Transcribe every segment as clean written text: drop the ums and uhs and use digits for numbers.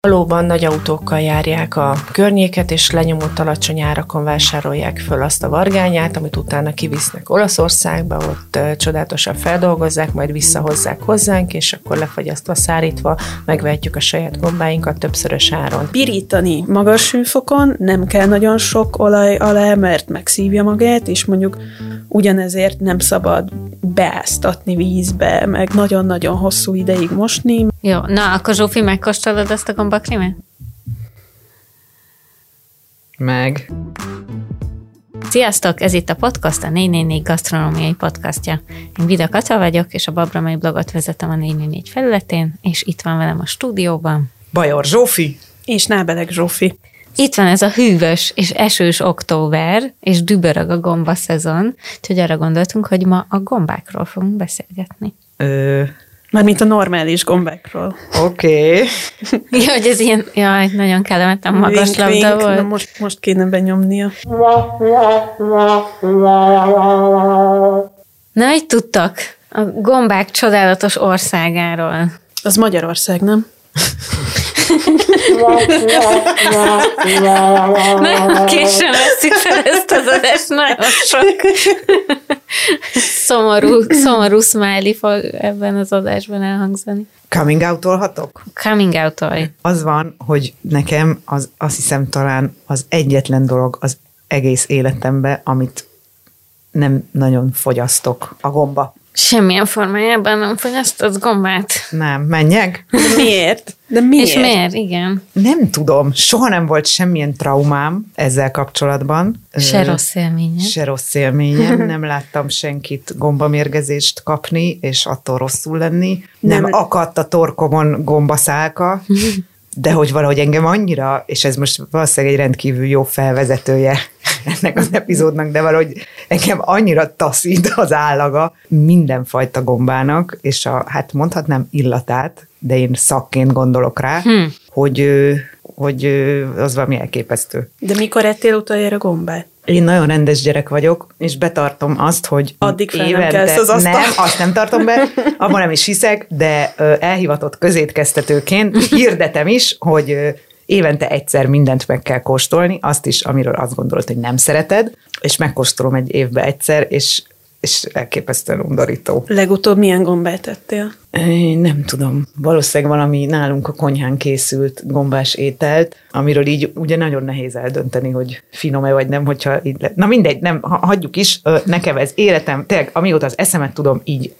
Valóban nagy autókkal járják a környéket, és lenyomott alacsony árakon vásárolják föl azt a vargányát, amit utána kivisznek Olaszországba, ott csodálatosan feldolgozzák, majd visszahozzák hozzánk, és akkor lefagyasztva, szárítva megvehetjük a saját gombáinkat többszörös áron. Pirítani magas hőfokon, nem kell nagyon sok olaj alá, mert megszívja magát, és mondjuk ugyanezért nem szabad beáztatni vízbe, meg nagyon-nagyon hosszú ideig mosni. Jó, na akkor Zsófi, megkóstolod ezt a gombakrémet? Meg. Sziasztok, ez itt a podcast, a 444 gasztronómiai podcastja. Én Vida Kata vagyok, és a Babramai blogot vezetem a 444 felületén, és itt van velem a stúdióban Bajor Zsófi. És Nábelek Zsófi. Itt van ez a hűvös és esős október, és dübörög a gomba szezon, úgyhogy arra gondoltunk, hogy ma a gombákról fogunk beszélgetni. Mármint a normális gombákról. Oké. Ja, hogy ez ilyen, jaj, nagyon kellemetlen magas labda volt. Na most kéne benyomnia. Na, hogy tudtak a gombák csodálatos országáról? Az Magyarország, nem? Nagyon későn vesszük fel ezt az adást, nagyon sok szomorú smiley fog ebben az adásban elhangzani. Coming out-olhatok? Coming out-olj. Az van, hogy nekem azt hiszem talán az egyetlen dolog az egész életemben, amit nem nagyon fogyasztok, a gomba. Semmilyen formájában nem fogyasztod gombát? Nem, menjek? De miért? És miért? Igen. Nem tudom, soha nem volt semmilyen traumám ezzel kapcsolatban. Se rossz élményem. Se rossz élményem, nem láttam senkit gombamérgezést kapni, és attól rosszul lenni. Nem akadt a torkomon gombaszálka, de hogy valahogy engem annyira, és ez most valószínűleg egy rendkívül jó felvezetője ennek az epizódnak, de valahogy engem annyira taszít az állaga mindenfajta gombának, és hát mondhatnám illatát, de én szakként gondolok rá, hogy az valami elképesztő. De mikor ettél utoljára gombát? Én nagyon rendes gyerek vagyok, és betartom azt, hogy addig fel évente, nem kelsz az asztal. Nem, azt nem tartom be, abban nem is hiszek, de elhivatott közétkeztetőként hirdetem is, hogy évente egyszer mindent meg kell kóstolni, azt is, amiről azt gondolod, hogy nem szereted, és megkóstolom egy évbe egyszer, és elképesztően undorító. Legutóbb milyen gombát ettél? Én nem tudom. Valószínűleg valami nálunk a konyhán készült gombás ételt, amiről így ugye nagyon nehéz eldönteni, hogy finom-e vagy nem, hogyha így na mindegy, nem, hagyjuk is. Nekem ez életem, tényleg, amióta az eszemet tudom, így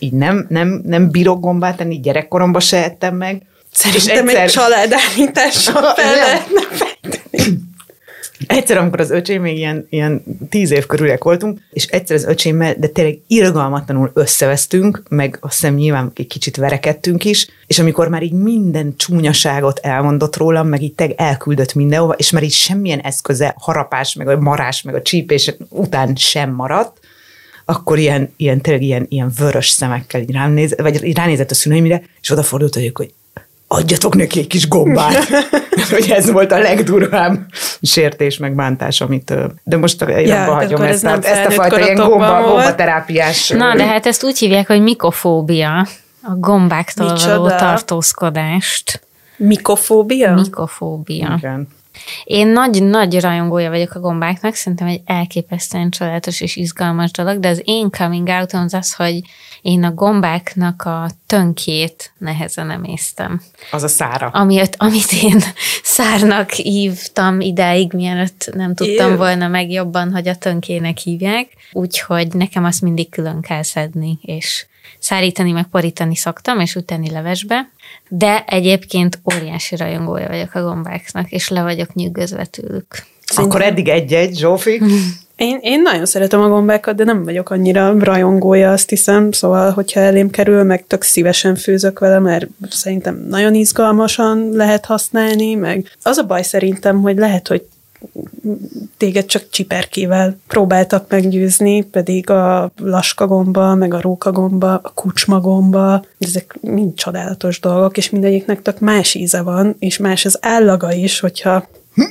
nem bírok gombát enni, gyerekkoromban se ettem meg. Szerintem egy családállítással fel lehetne fejteni. Egyszer, amikor az öcsém még ilyen 10 év körülek voltunk, és egyszer az öcsémmel, de tényleg irgalmatlanul összevesztünk, meg azt hiszem nyilván egy kicsit verekedtünk is, és amikor már így minden csúnyaságot elmondott rólam, meg így tényleg elküldött mindenhova, és már így semmilyen eszköze, harapás, meg a marás, meg a csípés után sem maradt, akkor tényleg ilyen vörös szemekkel így ránézett a szüleimre, és odafordult, hogy adjatok neki egy kis gombát. Hogy ez volt a legdurvább sértés, meg bántás, amit... De most én abba hagyom ezt a fajta ilyen gombaterápiás... Na, de hát ezt úgy hívják, hogy mikofóbia. A gombáktól való tartózkodást. Mikofóbia? Mikofóbia. Igen. Én nagy rajongója vagyok a gombáknak, szerintem egy elképesztően csodálatos és izgalmas dolog, de az én coming out-om az, hogy én a gombáknak a tönkjét nehezen emésztem. Az a szára. Amit én szárnak hívtam idáig, mielőtt nem tudtam volna meg jobban, hogy a tönkének hívják. Úgyhogy nekem azt mindig külön kell szedni, és szárítani, meg porítani szoktam, és utáni levesbe. De egyébként óriási rajongója vagyok a gombáknak, és le vagyok nyűgözve tőlük. Akkor eddig egy-egy, Zsófi? Én nagyon szeretem a gombákat, de nem vagyok annyira rajongója, azt hiszem, szóval, hogyha elém kerül, meg tök szívesen főzök vele, mert szerintem nagyon izgalmasan lehet használni, meg az a baj szerintem, hogy lehet, hogy téged csak csiperkével próbáltak meggyőzni, pedig a laskagomba, meg a rókagomba, a kucsmagomba, ezek mind csodálatos dolgok, és mindegyiknek tök más íze van, és más az állaga is, hogyha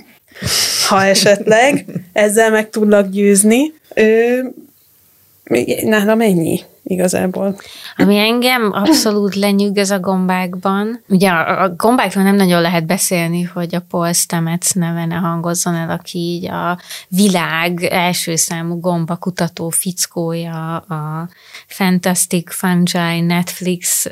ha esetleg ezzel meg tudlak győzni. Nálam ennyi. igazából. Ami engem abszolút lenyűgöz a gombákban, ugye a gombákról nem nagyon lehet beszélni, hogy a Paul Stamets neve ne hangozzon el, aki így a világ első számú gombakutató fickója, a Fantastic Fungi Netflix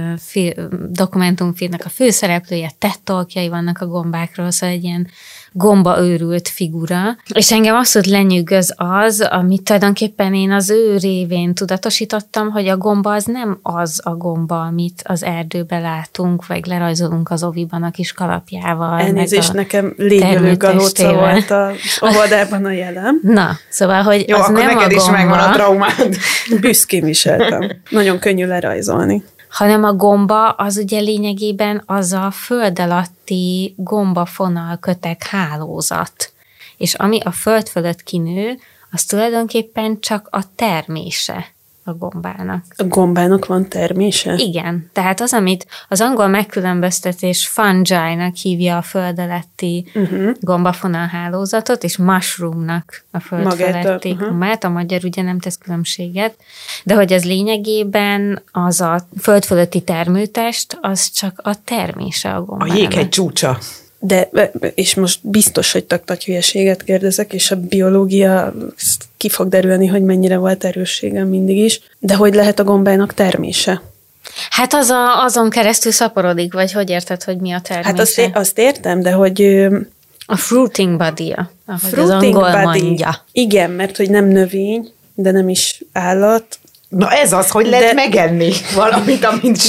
dokumentumfilmnek a főszereplője, TED Talkjai vannak a gombákról, szóval egy ilyen gombaőrült figura. És engem abszolút lenyűgöz az, amit tulajdonképpen én az ő révén tudatosítottam, hogy a gomba az nem az a gomba, amit az erdőben látunk, vagy lerajzolunk az oviban a kis kalapjával. Elnézést, nekem légyölő galóca volt az óvodában a jelem. Na, szóval, hogy jó, az akkor nem neked a is gomba, megvan a traumád. Büszkén viseltem. Nagyon könnyű lerajzolni. hanem a gomba az ugye lényegében az a föld alatti gombafonal kötek hálózat. És ami a föld fölött kinő, az tulajdonképpen csak a termése a gombának. A gombának van termése? Igen. Tehát az, amit az angol megkülönböztetés fungi-nak hívja a föld alatti gombafonal hálózatot, és mushroomnak a föld feletti gombát. A magyar ugye nem tesz különbséget, de hogy ez lényegében az a föld fölötti termőtest, az csak a termése a gombának. A jéghegy csúcsa. De, és most biztos, hogy taktat hülyeséget kérdezek, és a biológia ki fog derülni, hogy mennyire volt erősségem mindig is, de hogy lehet a gombának termése? Hát azon keresztül szaporodik, vagy hogy érted, hogy mi a termése? Hát azt értem, de hogy... A fruiting body-a, ahogy fruiting az angol body. Mondja. Igen, mert hogy nem növény, de nem is állat. Na ez az, hogy lehet megenni valamit, amint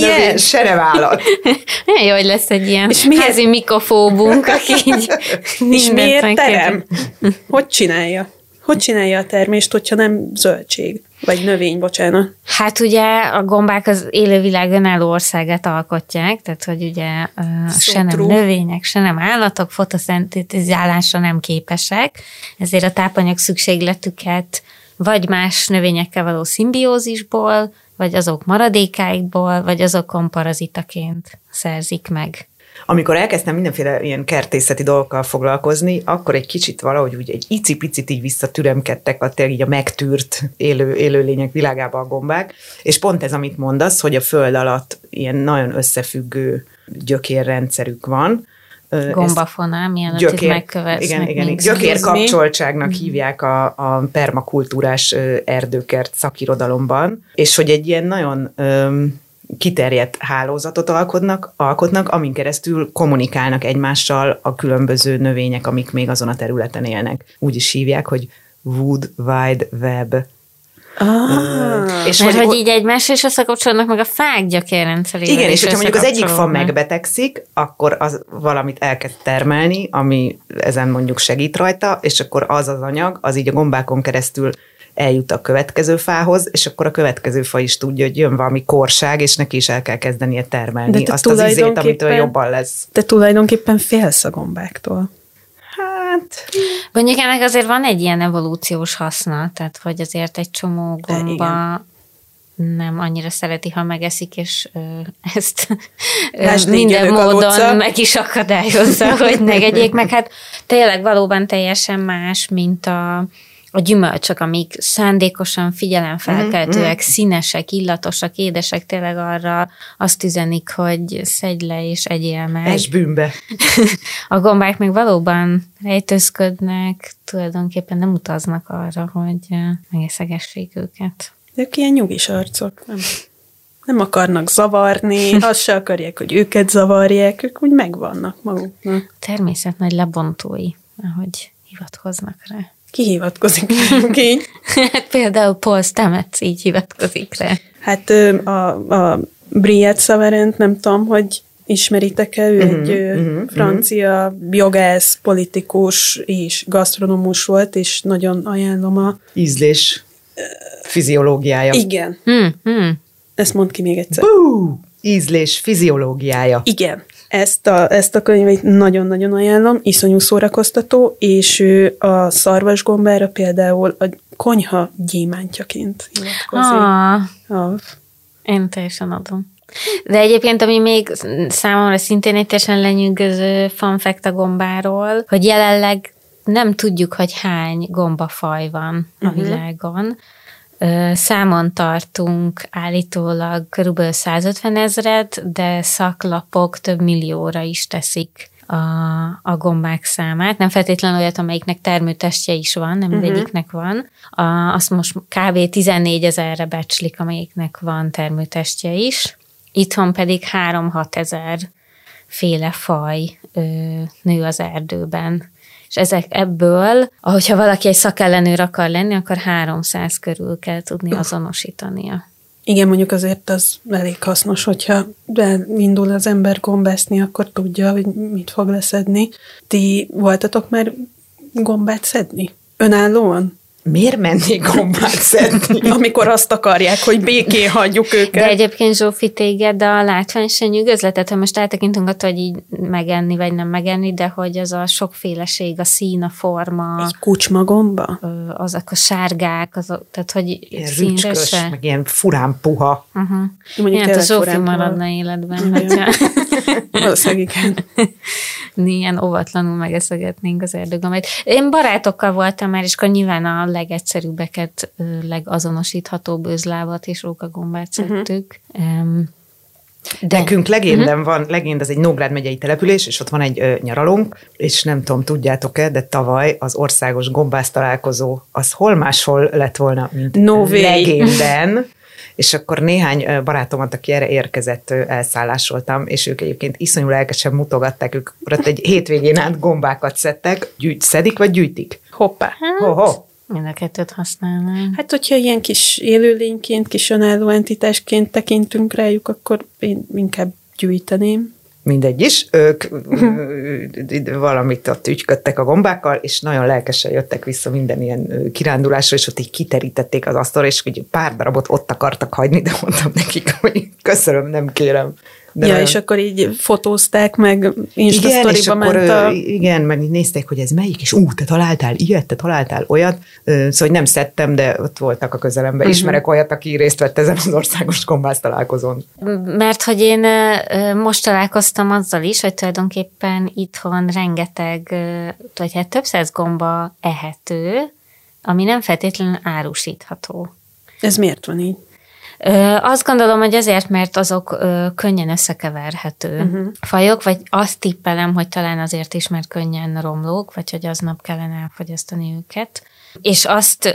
se nem állat. Nagyon jó, hogy lesz egy ilyen házi mikofóbunk, aki így és miért terem? Hogy csinálja? Hogy csinálja a termést, hogyha nem zöldség? Vagy növény, bocsánat. Hát ugye a gombák az élővilág önálló országát alkotják, tehát hogy ugye se nem növények, se nem állatok fotoszintetizálásra nem képesek, ezért a tápanyag szükségletüket vagy más növényekkel való szimbiózisból, vagy azok maradékáikból, vagy azokon parazitaként szerzik meg. Amikor elkezdtem mindenféle ilyen kertészeti dolgokkal foglalkozni, akkor egy kicsit valahogy úgy egy icipicit így visszatüremkedtek így a megtűrt élőlények világába a gombák, és pont ez, amit mondasz, hogy a föld alatt ilyen nagyon összefüggő gyökérrendszerük van. Gombafonál, mielőtt itt megkövetsz. Igen. Gyökérkapcsoltságnak hívják a permakultúrás erdőkert szakirodalomban, és hogy egy ilyen nagyon kiterjedt hálózatot alkotnak, amin keresztül kommunikálnak egymással a különböző növények, amik még azon a területen élnek. Úgy is hívják, hogy Wood Wide Web. És hogy így egymásra is összekapcsolnak, meg a fák gyökérrendszerével. Igen, és hogyha mondjuk az egyik fa megbetegszik, akkor az valamit elkezd termelni, ami ezen mondjuk segít rajta, és akkor az anyag, az így a gombákon keresztül eljut a következő fához, és akkor a következő fa is tudja, hogy jön valami korság, és neki is el kell kezdenie termelni azt az ízét, amitől jobban lesz. Te tulajdonképpen félsz a gombáktól. Hát... Mondjuk ennek azért van egy ilyen evolúciós haszna, tehát hogy azért egy csomó gomba nem annyira szereti, ha megeszik, és ezt minden módon meg is akadályozza, hogy megegyék meg. Hát tényleg valóban teljesen más, mint a gyümölcsök, amik szándékosan figyelemfelkeltőek, színesek, illatosak, édesek, tényleg arra azt üzenik, hogy szedj le és egyél meg. Esbűnbe. A gombák meg valóban rejtőzködnek, tulajdonképpen nem utaznak arra, hogy megeszegessék őket. Ők ilyen nyugis arcok, nem akarnak zavarni, azt se akarják, hogy őket zavarják, ők úgy megvannak maguknak. Természet nagy lebontói, ahogy hivatkoznak rá. Ki hivatkozik így? Hát például Paul Stamets így hivatkozik rá. Hát a Brillat Savarin, nem tudom, hogy ismeritek-e, ő egy francia jogász, politikus és gasztronómus volt, és nagyon ajánlom a... Ízlés fiziológiája. Igen. Ezt mondd ki még egyszer. Ízlés fiziológiája. Igen. Ezt a könyvet nagyon-nagyon ajánlom, iszonyú szórakoztató, és ő a szarvasgombára például a konyha gyémántjaként hivatkozik. Én teljesen adom. De egyébként, ami még számomra szintén egy teljesen lenyűgöző fun fact a gombáról, hogy jelenleg nem tudjuk, hogy hány gombafaj van a világon. Számon tartunk állítólag körülbelül 150 000, de szaklapok több millióra is teszik a gombák számát. Nem feltétlenül olyat, amelyiknek termőtestje is van, nem mindegyiknek van. Azt most kb. 14 000-re becslik, amelyiknek van termőtestje is. Itthon pedig 3-6 000 féle faj nő az erdőben. És ebből, ahogyha valaki egy szakellenőr akar lenni, akkor 300 körül kell tudni azonosítania. Igen, mondjuk azért az elég hasznos, hogyha indul az ember gombászni, akkor tudja, hogy mit fog leszedni. Ti voltatok már gombát szedni? Önállóan? Miért mennék gombát szedni? Amikor azt akarják, hogy békén hagyjuk őket. De egyébként Zsófi, téged a látvány se nyűgözletett, ha most eltekintünk attól, hogy így megenni, vagy nem megenni, de hogy az a sokféleség, a szín, a forma. Egy kucsmagomba? Azok a sárgák, tehát hogy ilyen rücskös, meg ilyen furán puha. Mondjuk a Zsófi maradna életben. Valószínűleg igen. Ilyen óvatlanul megeszegetnénk az erdőgombát. Én barátokkal voltam már, és akkor nyilván a legegyszerűbbeket, legazonosíthatóbb őzlábat és rókagombát szedtük. De nekünk Legénden van, Legénd az egy Nógrád megyei település, és ott van egy nyaralónk, és nem tudom, tudjátok-e, de tavaly az országos gombász találkozó az hol máshol lett volna, mint Legénden. És akkor néhány barátomat, aki erre érkezett, elszállásoltam, és ők egyébként iszonyú lelkesen mutogatták, ők ott egy hétvégén át gombákat szedtek. Szedik, vagy gyűjtik? Hoppá. Mind a kettőt használnám. Hát, hogyha ilyen kis élőlényként, kis önálló entitásként tekintünk rájuk, akkor én inkább gyűjteném. Mindegy is, ők valamit ott ügyködtek a gombákkal, és nagyon lelkesen jöttek vissza minden ilyen kirándulásra, és ott így kiterítették az asztalra, és úgy pár darabot ott akartak hagyni, de mondtam nekik, hogy köszönöm, nem kérem. De nagyon... és akkor így fotózták, meg Insta-sztoriba ment a... Igen, meg így nézték, hogy ez melyik, és te találtál ilyet, te találtál olyat, szóval hogy nem szedtem, de ott voltak a közelemben. Ismerek olyat, aki részt vett ezen az országos gombász találkozón. Mert hogy én most találkoztam azzal is, hogy tulajdonképpen itthon rengeteg, vagy hát több száz gomba ehető, ami nem feltétlenül árusítható. Ez miért van így? Azt gondolom, hogy azért, mert azok könnyen összekeverhető fajok, vagy azt tippelem, hogy talán azért is, mert könnyen romlók, vagy hogy aznap kellene elfogyasztani őket. És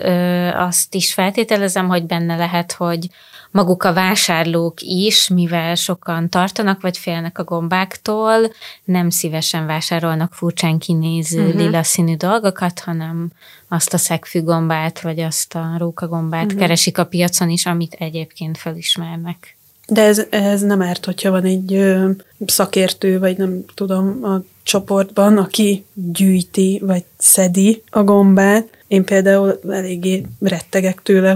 azt is feltételezem, hogy benne lehet, hogy maguk a vásárlók is, mivel sokan tartanak, vagy félnek a gombáktól, nem szívesen vásárolnak furcsán kinéző lila színű dolgokat, hanem azt a szegfűgombát, vagy azt a rókagombát keresik a piacon is, amit egyébként felismernek. De ez nem árt, hogyha van egy szakértő, vagy nem tudom, a csoportban, aki gyűjti, vagy szedi a gombát. Én például eléggé rettegek tőle,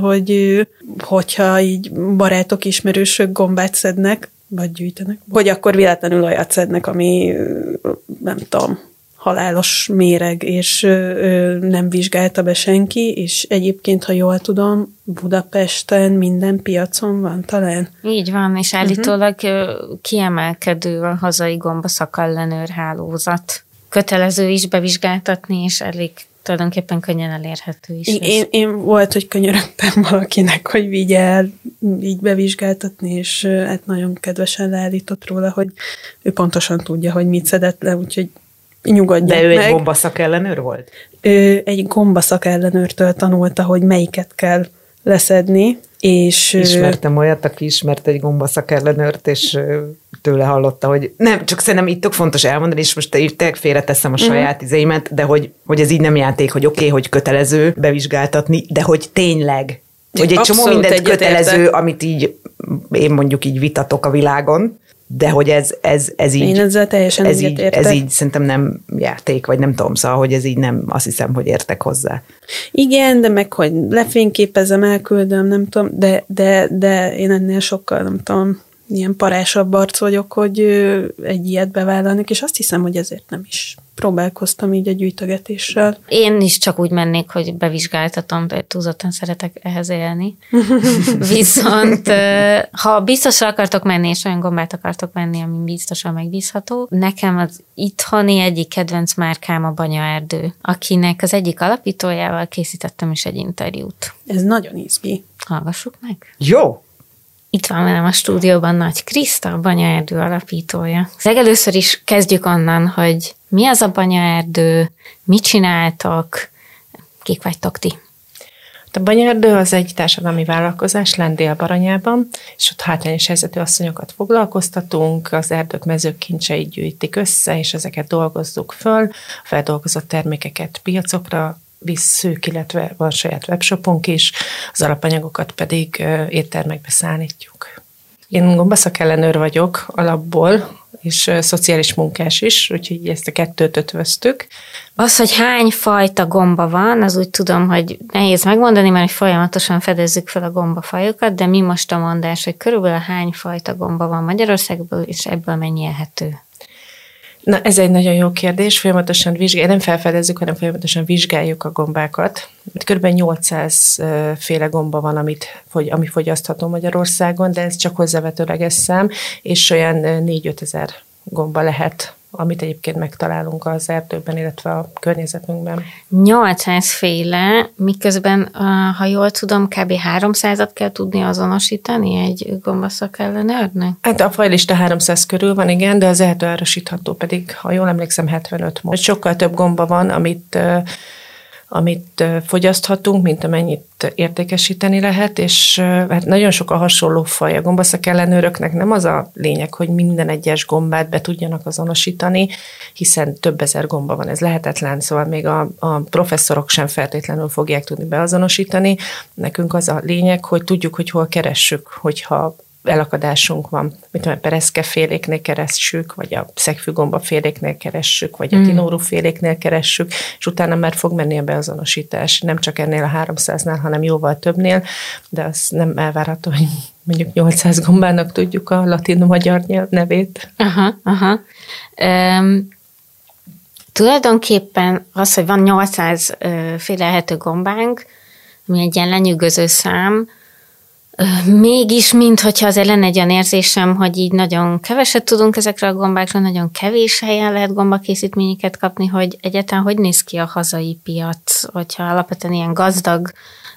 hogyha így barátok, ismerősök gombát szednek, vagy gyűjtenek, hogy akkor véletlenül olyat szednek, ami nem tudom, halálos méreg, és nem vizsgálta be senki, és egyébként, ha jól tudom, Budapesten minden piacon van talán. Így van, és állítólag kiemelkedő a hazai gombaszakellenőr hálózat. Kötelező is bevizsgáltatni, és elég tulajdonképpen könnyen elérhető is. Én volt, hogy könyörögtem valakinek, hogy vigye el így bevizsgáltatni, és hát nagyon kedvesen leállított róla, hogy ő pontosan tudja, hogy mit szedett le, úgyhogy nyugodjon meg. De ő egy gombaszakellenőr volt? Ő egy gombaszakellenőrtől tanulta, hogy melyiket kell leszedni, és... Ismertem olyat, aki ismert egy gombaszakellenőrt, és tőle hallotta, hogy nem, csak szerintem itt tök fontos elmondani, és most tényleg félreteszem a saját izéimet, de hogy ez így nem játék, hogy oké, hogy kötelező bevizsgáltatni, de hogy tényleg, hogy egy csomó mindent kötelező, amit így én mondjuk így vitatok a világon, de hogy ez így... Én ezzel teljesen ez így szerintem nem játék, vagy nem tudom, szóval, hogy ez így nem, azt hiszem, hogy értek hozzá. Igen, de meg, hogy lefényképezem, elküldöm, nem tudom, de én ennél sokkal, nem tudom, ilyen parásabb arc vagyok, hogy egy ilyet bevállalnak, és azt hiszem, hogy ezért nem is próbálkoztam így a gyűjtögetéssel. Én is csak úgy mennék, hogy bevizsgáltatom, de túlzottan szeretek ehhez élni. Viszont ha biztosra akartok menni, és olyan gombát akartok venni, ami biztosan megbízható, nekem az itthoni egyik kedvenc márkám a Banyaerdő, akinek az egyik alapítójával készítettem is egy interjút. Ez nagyon izgi. Hallgassuk meg. Jó! Itt van velem a stúdióban Nagy Kriszta, a Banyaerdő alapítója. Legelőször is kezdjük onnan, hogy mi az a Banyaerdő, mit csináltok, kik vagytok ti? A Banyaerdő az egy társadalmi vállalkozás Dél-Baranyában, és ott hátrányos helyzetű asszonyokat foglalkoztatunk, az erdők, mezők kincseit gyűjtik össze, és ezeket dolgozzuk föl, a feldolgozott termékeket piacokra visszük, illetve van saját webshopunk is, az alapanyagokat pedig éttermekbe szállítjuk. Én gombaszakellenőr vagyok alapból, és szociális munkás is, úgyhogy ezt a kettőt ötvöztük. Az, hogy hány fajta gomba van, az úgy tudom, hogy nehéz megmondani, mert folyamatosan fedezzük fel a gombafajokat, de mi most a mondás, hogy körülbelül hány fajta gomba van Magyarországból, és ebből mennyi elhető? Na, ez egy nagyon jó kérdés, folyamatosan vizsgáljuk, nem felfedezzük, hanem folyamatosan vizsgáljuk a gombákat. Körülbelül 800 féle gomba van, ami fogyasztható Magyarországon, de ez csak hozzávetőleges szám, és olyan 4-5 ezer gomba lehet, amit egyébként megtalálunk az erdőben, illetve a környezetünkben. 800 féle, miközben, ha jól tudom, kb. 300-at kell tudni azonosítani egy gombaszakellenőrnek? Hát a fajlista 300 körül van, igen, de az eltárosítható pedig, ha jól emlékszem, 75 most. Sokkal több gomba van, amit fogyaszthatunk, mint amennyit értékesíteni lehet, és hát nagyon sok a hasonló faj. A gombaszakellenőröknek nem az a lényeg, hogy minden egyes gombát be tudjanak azonosítani, hiszen több ezer gomba van, ez lehetetlen, szóval még a professzorok sem feltétlenül fogják tudni beazonosítani. Nekünk az a lényeg, hogy tudjuk, hogy hol keressük, hogyha elakadásunk van, mint a pereszkeféléknél keressük, vagy a szegfűgombaféléknél keressük, vagy a tinóruféléknél keressük, és utána már fog menni a beazonosítás. Nem csak ennél a 300-nál, hanem jóval többnél, de az nem elvárható, hogy mondjuk 800 gombának tudjuk a latin-magyar nevét. Aha. Tulajdonképpen az, hogy van 800 féle elhető gombánk, ami egy ilyen lenyűgöző szám, mégis, minthogyha azért lenne egy olyan érzésem, hogy így nagyon keveset tudunk ezekről a gombákról, nagyon kevés helyen lehet gombakészítményeket kapni, hogy egyáltalán hogy néz ki a hazai piac, hogyha alapvetően ilyen gazdag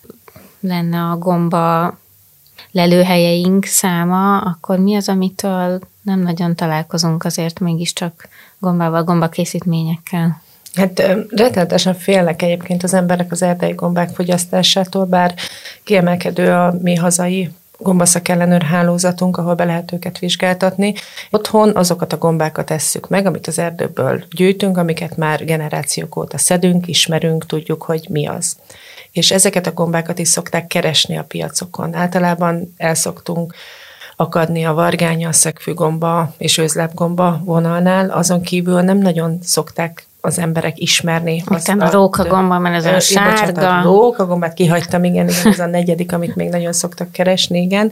lenne a gomba lelőhelyeink száma, akkor mi az, amitől nem nagyon találkozunk azért mégiscsak gombával, gombakészítményekkel? Hát rettenetesen félnek egyébként az emberek az erdei gombák fogyasztásától, bár kiemelkedő a mi hazai gombaszakellenőr hálózatunk, ahol be lehet őket vizsgáltatni. Otthon azokat a gombákat esszük meg, amit az erdőből gyűjtünk, amiket már generációk óta szedünk, ismerünk, tudjuk, hogy mi az. És ezeket a gombákat is szokták keresni a piacokon. Általában elszoktunk akadni a vargánya, a szegfűgomba és őzlábgomba vonalnál, azon kívül nem nagyon szokták az emberek ismerni. A rókagomba, mert ez a sárga. A rókagombát kihagytam, igen, ez a negyedik, amit még nagyon szoktak keresni, igen.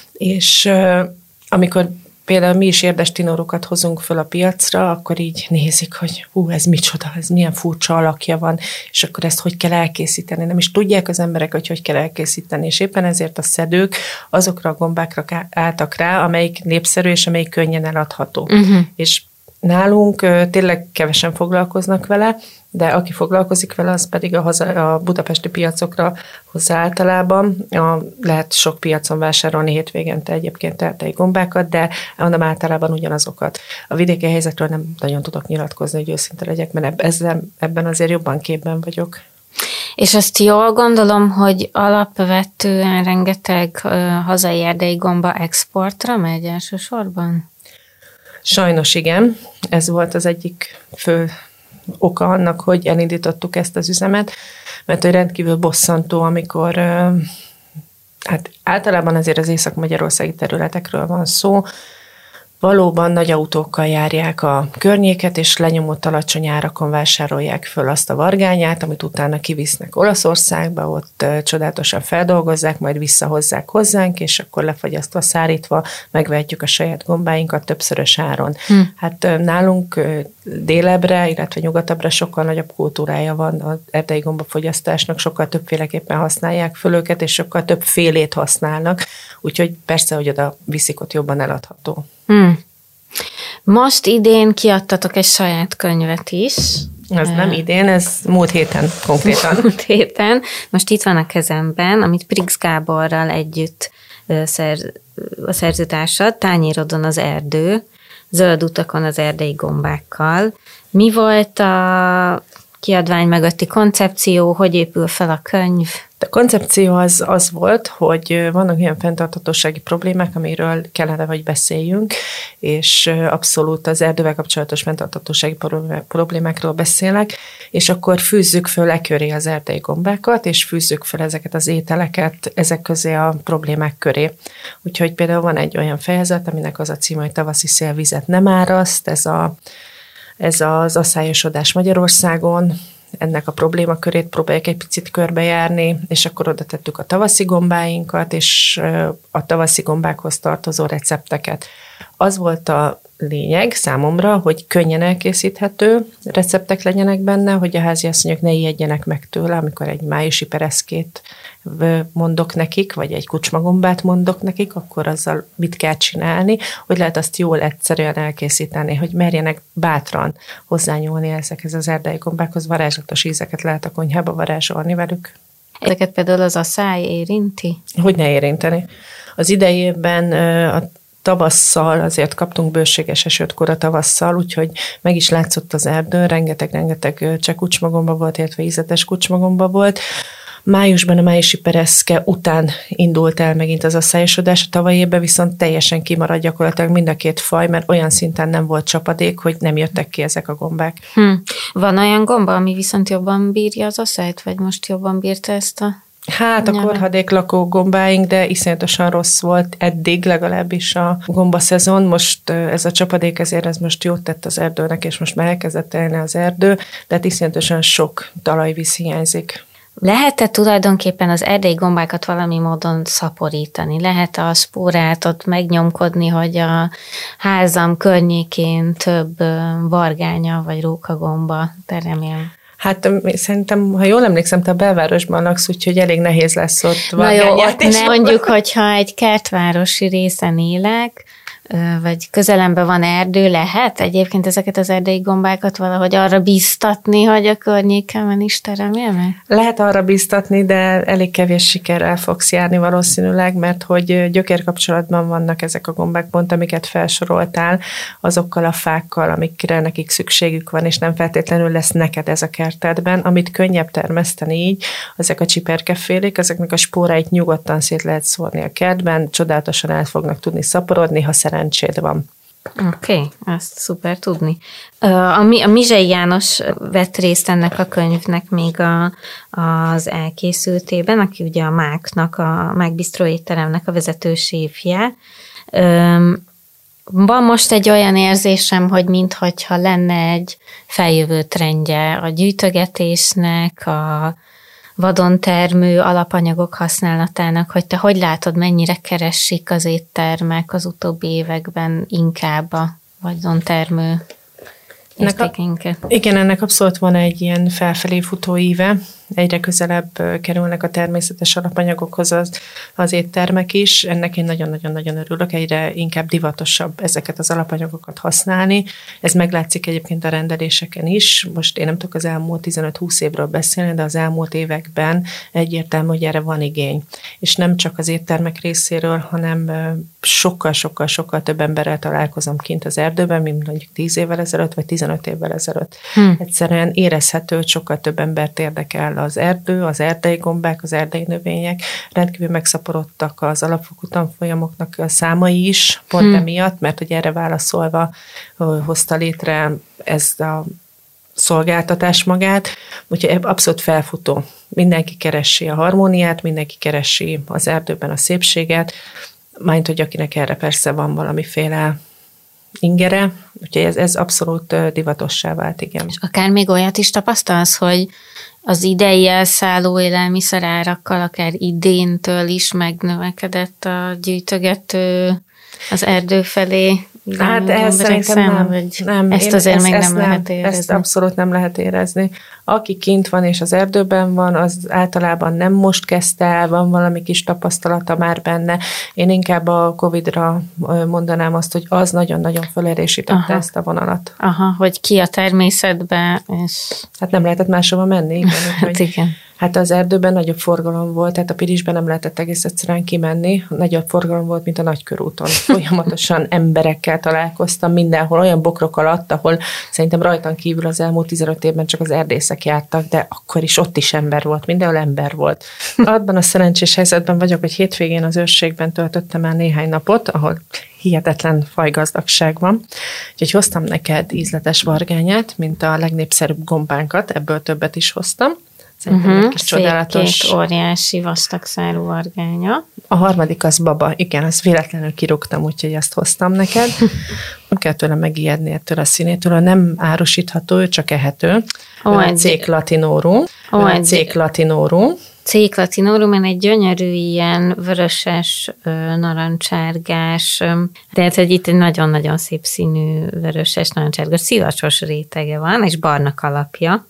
És amikor például mi is érdes tinórokat hozunk föl a piacra, akkor így nézik, hogy ez micsoda, ez milyen furcsa alakja van, és akkor ezt hogy kell elkészíteni. Nem is tudják az emberek, hogy kell elkészíteni, és éppen ezért a szedők azokra a gombákra álltak rá, amelyik népszerű, és amelyik könnyen eladható. És nálunk tényleg kevesen foglalkoznak vele, de aki foglalkozik vele, az pedig a budapesti piacokra hozza általában. Lehet sok piacon vásárolni hétvégente egyébként erdei gombákat, de mondom általában ugyanazokat. A vidéki helyzetről nem nagyon tudok nyilatkozni, hogy őszinte legyek, mert ebben azért jobban képben vagyok. És azt jól gondolom, hogy alapvetően rengeteg hazai erdei gomba exportra megy elsősorban? Sajnos igen, ez volt az egyik fő oka annak, hogy elindítottuk ezt az üzemet, mert hogy rendkívül bosszantó, amikor hát általában azért az észak-magyarországi területekről van szó, valóban nagy autókkal járják a környéket, és lenyomott alacsony árakon vásárolják föl azt a vargányát, amit utána kivisznek Olaszországba, ott csodálatosan feldolgozzák, majd visszahozzák hozzánk, és akkor lefagyasztva, szárítva megvehetjük a saját gombáinkat többszörös áron. Hát nálunk délebbre, illetve nyugatabbra sokkal nagyobb kultúrája van az erdei gombafogyasztásnak, sokkal többféleképpen használják föl őket, és sokkal több félét használnak, úgyhogy persze, hogy oda viszik, ott jobban eladható. Most idén kiadtatok egy saját könyvet is. Ez nem idén, ez múlt héten konkrétan. Múlt héten. Most itt van a kezemben, amit Prix Gáborral együtt a szerzőtársad, Tányérodon az erdő, zöld utakon az erdei gombákkal. Mi volt a kiadvány mögötti koncepció, hogy épül fel a könyv? A koncepció az volt, hogy vannak olyan fenntarthatósági problémák, amiről kellene, hogy beszéljünk, és abszolút az erdővel kapcsolatos fenntarthatósági problémákról beszélek, és akkor fűzzük föl köré az erdei gombákat, és fűzzük föl ezeket az ételeket ezek közé a problémák köré. Úgyhogy például van egy olyan fejezet, aminek az a címe, hogy tavaszi szélvizet nem áraszt, ez az aszályosodás Magyarországon, ennek a problémakörét próbáljuk egy picit körbejárni, és akkor oda tettük a tavaszi gombáinkat, és a tavaszi gombákhoz tartozó recepteket. Az volt a lényeg számomra, hogy könnyen elkészíthető receptek legyenek benne, hogy a háziasszonyok ne ijedjenek meg tőle, amikor egy májusi pereszkét mondok nekik, vagy egy kucsmagombát mondok nekik, akkor azzal mit kell csinálni, hogy lehet azt jól egyszerűen elkészíteni, hogy merjenek bátran hozzányúlni ezekhez az erdei gombákhoz, varázslatos ízeket lehet a konyhába varázsolni velük. Ezeket például az asszály érinti? Hogy ne érinteni. Az idejében a tavasszal azért kaptunk bőséges esőt kora tavasszal, úgyhogy meg is látszott az erdő, rengeteg cseh kucsmagomba volt, illetve ízetes kucsmagomba volt. Májusban a májusi pereszke után indult el megint az asszályosodás, a tavalyi évben viszont teljesen kimarad gyakorlatilag mind a két faj, mert olyan szinten nem volt csapadék, hogy nem jöttek ki ezek a gombák. Van olyan gomba, ami viszont jobban bírja az asszályt, vagy most jobban bírta ezt a... Hát a korhadéklakó gombáink, de iszonyatosan rossz volt eddig legalábbis a gombaszezon. Most ez a csapadék ezért ez most jót tett az erdőnek, és most már elkezdett elni az erdő, de iszonyatosan sok talajvíz hiányzik. Lehet-e tulajdonképpen az erdei gombákat valami módon szaporítani? Lehet a spórát ott megnyomkodni, hogy a házam környékén több vargánya vagy rókagomba teremjen? Hát szerintem, ha jól emlékszem, te a belvárosban laksz, úgyhogy elég nehéz lesz ott vargányát. Na jó, mondjuk, hogyha egy kertvárosi részen élek, vagy közelemben van erdő, lehet egyébként ezeket az erdei gombákat valahogy arra bíztatni, hogy a környékemen is teremjenek? Lehet arra bíztatni, de elég kevés sikerrel fogsz járni valószínűleg, mert hogy gyökérkapcsolatban vannak ezek a gombák, pont amiket felsoroltál, azokkal a fákkal, amikre nekik szükségük van, és nem feltétlenül lesz neked ez a kertedben, amit könnyebb termeszteni így, ezek a csiperkefélék, ezeknek a spóráit nyugodtan szét lehet szórni a kertben, csodálatosan el fognak tudni szaporodni, ha szerencséd van. Oké, azt szuper tudni. A Mizsei János vett részt ennek a könyvnek még az elkészültében, aki ugye a Máknak, a Mák Bistró étteremnek a vezető séfje. Van most egy olyan érzésem, hogy minthogyha lenne egy feljövő trendje a gyűjtögetésnek, a vadon termő alapanyagok használatának, hogy te hogy látod, mennyire keresik az éttermek az utóbbi években inkább a vadon termő értékeinket? Igen, ennek abszolút van egy ilyen felfelé futó íve, egyre közelebb kerülnek a természetes alapanyagokhoz az éttermek is. Ennek én nagyon-nagyon-nagyon örülök, egyre inkább divatosabb ezeket az alapanyagokat használni. Ez meglátszik egyébként a rendeléseken is. Most én nem tudok az elmúlt 15-20 évről beszélni, de az elmúlt években egyértelmű, hogy erre van igény. És nem csak az éttermek részéről, hanem sokkal több emberrel találkozom kint az erdőben, mint mondjuk 10 évvel ezelőtt, vagy 15 évvel ezelőtt. Egyszerűen érezhető, hogy sokkal több embert érdekel az erdő, az erdei gombák, az erdei növények. Rendkívül megszaporodtak az alapfokú tanfolyamoknak a számai is, pont emiatt, mert hogy erre válaszolva hozta létre ezt a szolgáltatás magát, úgyhogy abszolút felfutó. Mindenki keresi a harmóniát, mindenki keresi az erdőben a szépséget, majd hogy akinek erre persze van valamiféle ingere, úgyhogy ez abszolút divatossá vált, igen. És akár még olyat is tapasztalsz, hogy az idei elszálló élelmiszerárakkal akár idéntől is megnövekedett a gyűjtögető az erdő felé? Hát ehhez szerintem nem. Ezt azért még nem lehet érezni. Ezt abszolút nem lehet érezni. Aki kint van és az erdőben van, az általában nem most kezdte el, van valami kis tapasztalata már benne. Én inkább a Covid-ra mondanám azt, hogy az nagyon-nagyon felerősítette ezt a vonalat. Aha, hogy ki a természetbe, és... Hát nem lehetett máshova menni. Igen, hát igen. Hát az erdőben nagyobb forgalom volt, tehát a Pirisben nem lehetett egész egyszerűen kimenni. Nagyobb forgalom volt, mint a Nagykörúton. Folyamatosan emberekkel találkoztam mindenhol, olyan bokrok alatt, ahol szerintem rajtam kívül az elmúlt 15 évben csak az erdészek jártak, de akkor is ott is ember volt, mindenhol ember volt. Abban a szerencsés helyzetben vagyok, hogy hétvégén az őrségben töltöttem el néhány napot, ahol hihetetlen fajgazdagság van. Úgyhogy hoztam neked ízletes vargányát, mint a legnépszerűbb gombánkat, ebből többet is hoztam. Szerintem egy kis csodálatos. Két óriási vastagszárú vargánya. A harmadik az baba, igen, azt véletlenül kirúgtam, úgyhogy azt hoztam neked. Nem kell tőle megijedni ettől a színétől, nem árusítható, ő csak ehető. Cék latinorum. Cék latinorum. Cék latinorum, egy gyönyörű ilyen vöröses, narancsárgás, tehát hogy itt egy nagyon-nagyon szép színű vöröses, narancsárgás, szivacsos rétege van, és barna kalapja.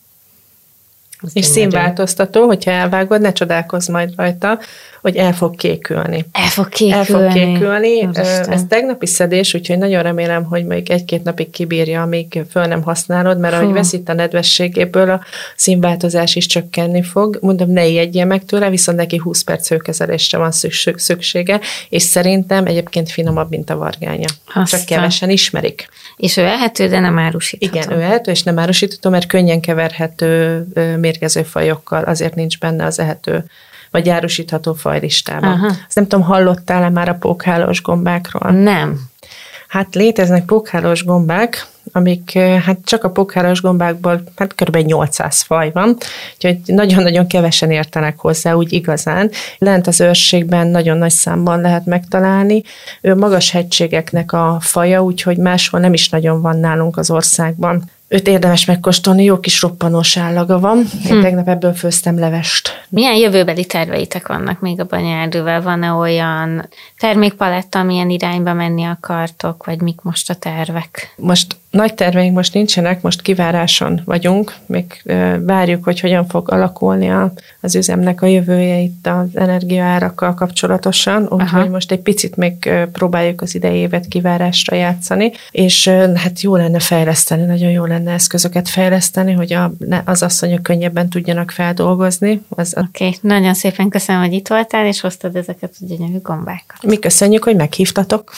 És színváltoztató, hogyha elvágod, ne csodálkozz majd rajta, hogy el fog kékülni. El fog kékülni. Ez tegnapi szedés, úgyhogy nagyon remélem, hogy még 1-2 napig kibírja, amíg föl nem használod, mert ahogy veszít a nedvességéből, a színváltozás is csökkenni fog. Mondom, ne ijedjél meg tőle, viszont neki 20 perc hőkezelésre van szüksége, és szerintem egyébként finomabb, mint a vargánya. Csak kevesen ismerik. És ő ehető, de nem árusítható. Igen, ő ehető, és nem árusítható, mert könnyen keverhető mérgező fajokkal, azért nincs benne az ehető vagy árusítható fajlistában. Azt nem tudom, hallottál-e már a pókhálós gombákról? Nem. Hát léteznek pókhálós gombák, amik hát csak a pókhálós gombákból hát kb. 800 faj van, úgyhogy nagyon-nagyon kevesen értenek hozzá, úgy igazán. Lent az őrségben nagyon nagy számban lehet megtalálni. Ő magas hegységeknek a faja, úgyhogy máshol nem is nagyon van nálunk az országban. Őt érdemes megkóstolni, jó kis roppanós állaga van. Én tegnap ebből főztem levest. Milyen jövőbeli terveitek vannak még a Banyaerdővel? Van-e olyan termékpaletta, amilyen irányba menni akartok, vagy mik most a tervek? Most nagy terveink most nincsenek, most kiváráson vagyunk. Még várjuk, hogy hogyan fog alakulni az üzemnek a jövője itt az energiaárakkal kapcsolatosan. Úgyhogy most egy picit még próbáljuk az idei évet kivárásra játszani, és hát jó lenne fejleszteni, nagyon jó lenne eszközöket fejleszteni, hogy az asszonyok könnyebben tudjanak feldolgozni. Oké, nagyon szépen köszönöm, hogy itt voltál, és hoztad ezeket a gyönyörű gombákat. Mi köszönjük, hogy meghívtatok.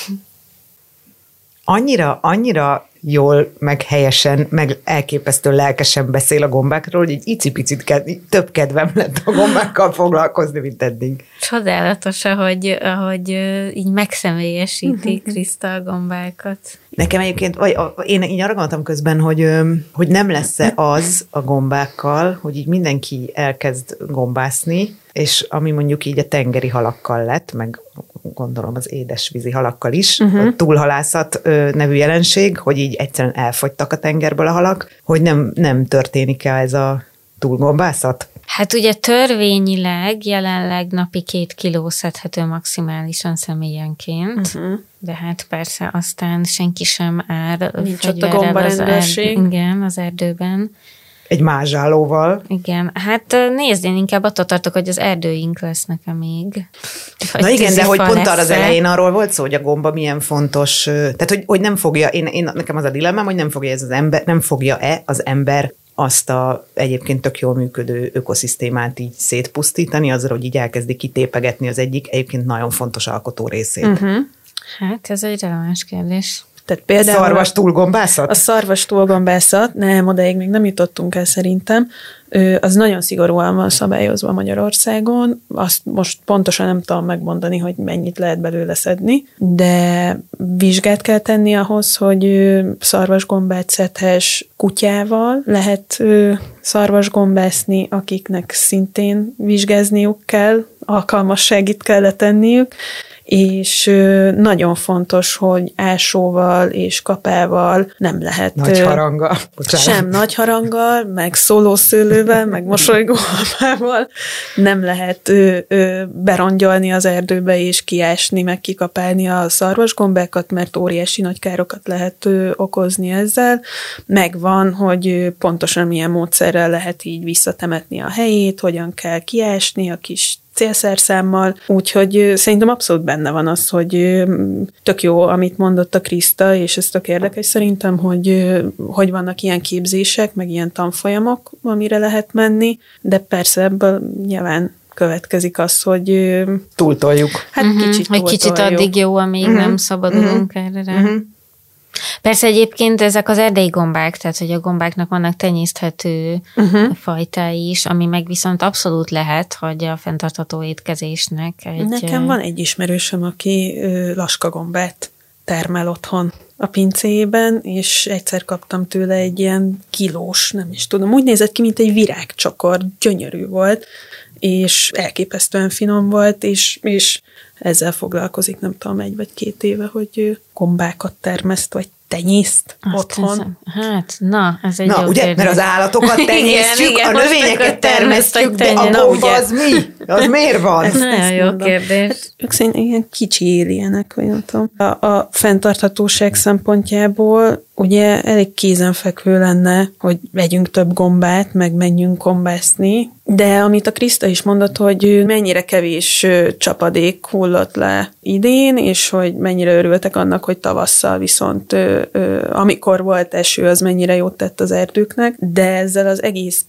Annyira jól, meg helyesen, meg elképesztő lelkesen beszél a gombákról, hogy egy icipicit több kedvem lett a gombákkal foglalkozni, mint eddig. Csodálatos, ahogy így megszemélyesíti Kriszta a gombákat. Nekem egyébként, én így arra gondoltam közben, hogy nem lesz-e az a gombákkal, hogy így mindenki elkezd gombászni, és ami mondjuk így a tengeri halakkal lett, meg gondolom az édesvízi halakkal is, a túlhalászat nevű jelenség, hogy így egyszerűen elfogytak a tengerből a halak, hogy nem történik-e ez a túlgombászat? Hát ugye törvényileg jelenleg napi 2 kiló szedhető maximálisan személyenként, de hát persze aztán senki sem ár nincs ott a gombarendőrség. Igen, az erdőben. Egy mázsálóval. Igen, hát nézd, én inkább attól tartok, hogy az erdőink lesznek még. Na igen, de hogy pont arra az elején arról volt szó, hogy a gomba milyen fontos, tehát hogy nem fogja, nekem az a dilemmám, hogy nem fogja-e az ember azt a egyébként tök jól működő ökoszisztémát így szétpusztítani, azzal, hogy így elkezdi kitépegetni az egyébként nagyon fontos alkotó részét. Hát ez egy releváns kérdés. Tehát például szarvas túlgombászat? A szarvas túlgombászat, nem, odaig még nem jutottunk el szerintem, az nagyon szigorúan van szabályozva Magyarországon, azt most pontosan nem tudom megmondani, hogy mennyit lehet belőle szedni, de vizsgát kell tenni ahhoz, hogy szarvasgombát szedhess, kutyával lehet szarvasgombászni, akiknek szintén vizsgázniuk kell, alkalmasságit kell letenniük, és nagyon fontos, hogy ásóval és kapával nem lehet... Nagy haranggal. Sem nagy haranggal, meg szólószőlővel, meg mosolygó almával nem lehet berongyolni az erdőbe és kiásni, meg kikapálni a szarvasgombákat, mert óriási nagy károkat lehet okozni ezzel. Megvan, hogy pontosan milyen módszerrel lehet így visszatemetni a helyét, hogyan kell kiásni a kis célszerszámmal, úgyhogy szerintem abszolút benne van az, hogy tök jó, amit mondott a Kriszta, és ez tök érdekes szerintem, hogy vannak ilyen képzések, meg ilyen tanfolyamok, amire lehet menni, de persze ebből nyilván következik az, hogy túltoljuk. Hát kicsit hogy kicsit addig jó, amíg nem szabadulunk erre rá. Persze egyébként ezek az erdei gombák, tehát hogy a gombáknak vannak tenyészthető fajtái is, ami meg viszont abszolút lehet, hogy a fenntartható étkezésnek egy... Nekem van egy ismerősöm, aki laskagombát termel otthon a pincéjében, és egyszer kaptam tőle egy ilyen kilós, nem is tudom, úgy nézett ki, mint egy virágcsokor, gyönyörű volt, és elképesztően finom volt, és ezzel foglalkozik, nem tudom, 1 vagy 2 éve, hogy gombákat termeszt, vagy tenyészt otthon. Hát, na, ez egy jó ugye, kérdés. mert az állatokat tenyésztjük, igen, a növényeket termesztjük, de a gomba az mi? Az miért van? Ez nagyon jó kérdés. Hát, ők szerintem ilyen kicsi éljenek, vagy nem tudom. A fenntarthatóság szempontjából ugye elég kézenfekvő lenne, hogy vegyünk több gombát, meg menjünk gombászni, de amit a Kriszta is mondott, hogy mennyire kevés csapadék hullott le idén, és hogy mennyire örültek annak, hogy tavasszal viszont amikor volt eső, az mennyire jót tett az erdőknek, de ezzel az egész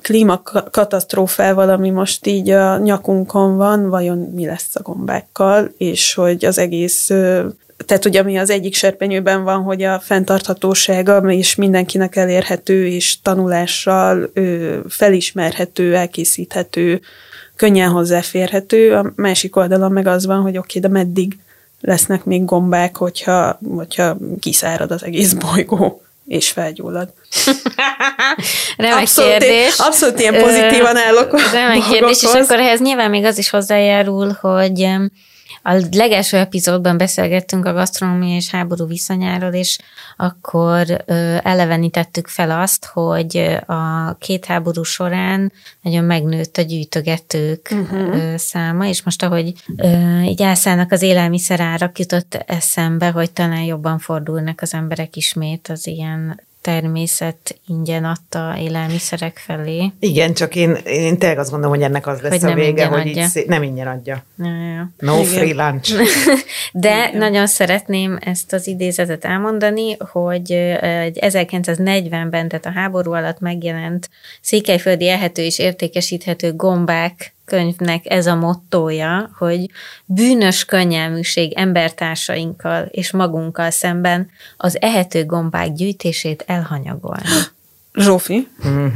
klímakatasztrófával, ami most így a nyakunkon van, vajon mi lesz a gombákkal, és hogy az egész... Tehát ugye ami az egyik serpenyőben van, hogy a fenntarthatósága és mindenkinek elérhető, és tanulással felismerhető, elkészíthető, könnyen hozzáférhető. A másik oldalon meg az van, hogy oké, de meddig lesznek még gombák, hogyha kiszárad az egész bolygó és felgyullad. Remek kérdés. Abszolút ilyen pozitívan állok. Remek kérdés, és akkor ehhez nyilván még az is hozzájárul, hogy a legelső epizódban beszélgettünk a gasztronómia és háború viszonyáról, és akkor elevenítettük fel azt, hogy a 2 háború során nagyon megnőtt a gyűjtögetők száma, és most ahogy így elszállnak az élelmiszerárak, jutott eszembe, hogy talán jobban fordulnak az emberek ismét az ilyen természet ingyen adta élelmiszerek felé. Igen, csak én tényleg azt gondolom, hogy ennek az lesz hogy a vége, hogy adja. nem ingyen adja. Ja. No igen. Free lunch. De igen. Nagyon szeretném ezt az idézetet elmondani, hogy 1940-ben, tehát a háború alatt megjelent Székelyföldi Elhető és Értékesíthető Gombák könyvnek ez a mottója, hogy bűnös könnyelműség embertársainkkal és magunkkal szemben az ehető gombák gyűjtését elhanyagolni. Zsófi?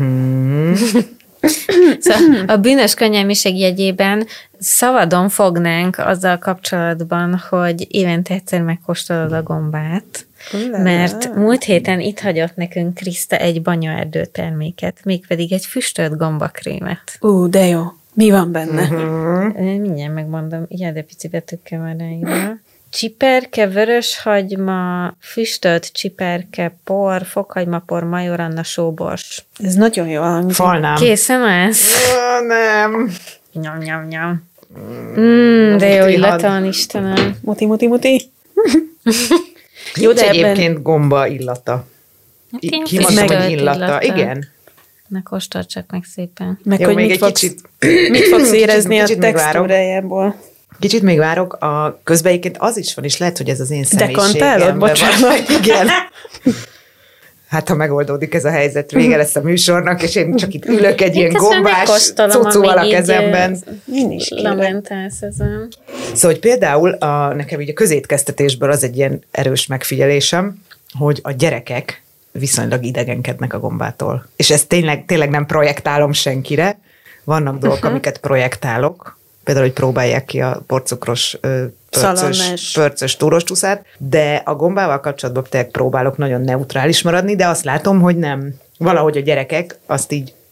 Szóval a bűnös könnyelműség jegyében szabadon fognánk azzal kapcsolatban, hogy évente egyszer megkóstolod a gombát, mert múlt héten itt hagyott nekünk Kriszta egy banyaerdő terméket, mégpedig egy füstölt gombakrémet. De jó. Mi van benne? Mindjárt megmondom, ilyen de pici betűkkel van ráírva. Csiperke, vöröshagyma, füstölt csiperke, por, fokhagymapor, majoranna, sóbors. Ez nagyon jó hangzik. Falnám. Készen állsz? Nem. Nyom, nyom, nyom. De jó illata van, Istenem. Muti. Jó, de egyébként gomba illata. Kimondom, hogy illata. Igen. Ne kóstold csak meg szépen. Meg jó, hogy mit fogsz érezni a textúrájából. Kicsit még várok, a közben az is van, és lehet, hogy ez az én személyiségemben Dekantálod? Bocsánat. Igen. Hát, ha megoldódik ez a helyzet, vége lesz a műsornak, és én csak itt ülök egy ilyen gombás cucúval a kezemben. Lamentálsz ezen. Szóval, hogy például nekem így a közétkeztetésből az egy ilyen erős megfigyelésem, hogy a gyerekek viszonylag idegenkednek a gombától. És ezt tényleg nem projektálom senkire. Vannak dolgok, amiket projektálok, például, hogy próbálják ki a porcukros pörcös túroscsúszát, de a gombával kapcsolatban tényleg próbálok nagyon neutrális maradni, de azt látom, hogy nem. Valahogy a gyerekek azt így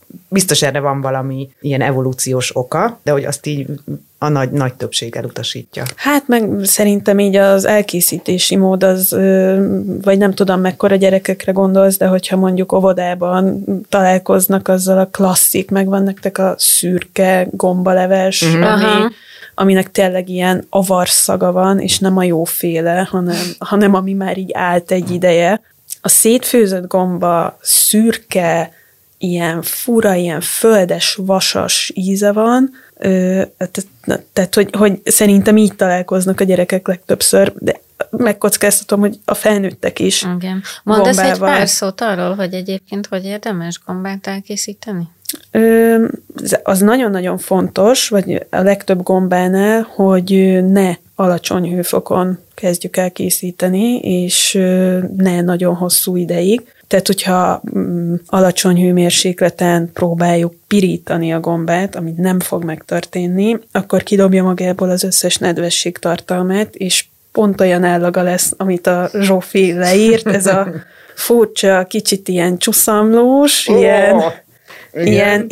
biztos erre van valami ilyen evolúciós oka, de hogy azt így a nagy többség elutasítja. Hát meg szerintem így az elkészítési mód az, vagy nem tudom mekkora gyerekekre gondolsz, de hogyha mondjuk óvodában találkoznak azzal a klasszik, meg van nektek a szürke gombaleves, aminek tényleg ilyen avarszaga van, és nem a jóféle, hanem ami már így állt egy ideje. A szétfőzött gomba szürke, ilyen fura, ilyen földes, vasas íze van, tehát hogy szerintem így találkoznak a gyerekek legtöbbször, de megkockáztatom, hogy a felnőttek is. Igen. Mondasz egy pár szót arról, hogy egyébként hogy érdemes gombát elkészíteni? Az nagyon-nagyon fontos, vagy a legtöbb gombánál, hogy ne alacsony hőfokon kezdjük el készíteni, és ne nagyon hosszú ideig. Tehát, hogyha alacsony hőmérsékleten próbáljuk pirítani a gombát, amit nem fog megtörténni, akkor kidobja magából az összes nedvesség tartalmát, és pont olyan állaga lesz, amit a Zsófi leírt, ez a furcsa, kicsit ilyen csuszamlós, ilyen,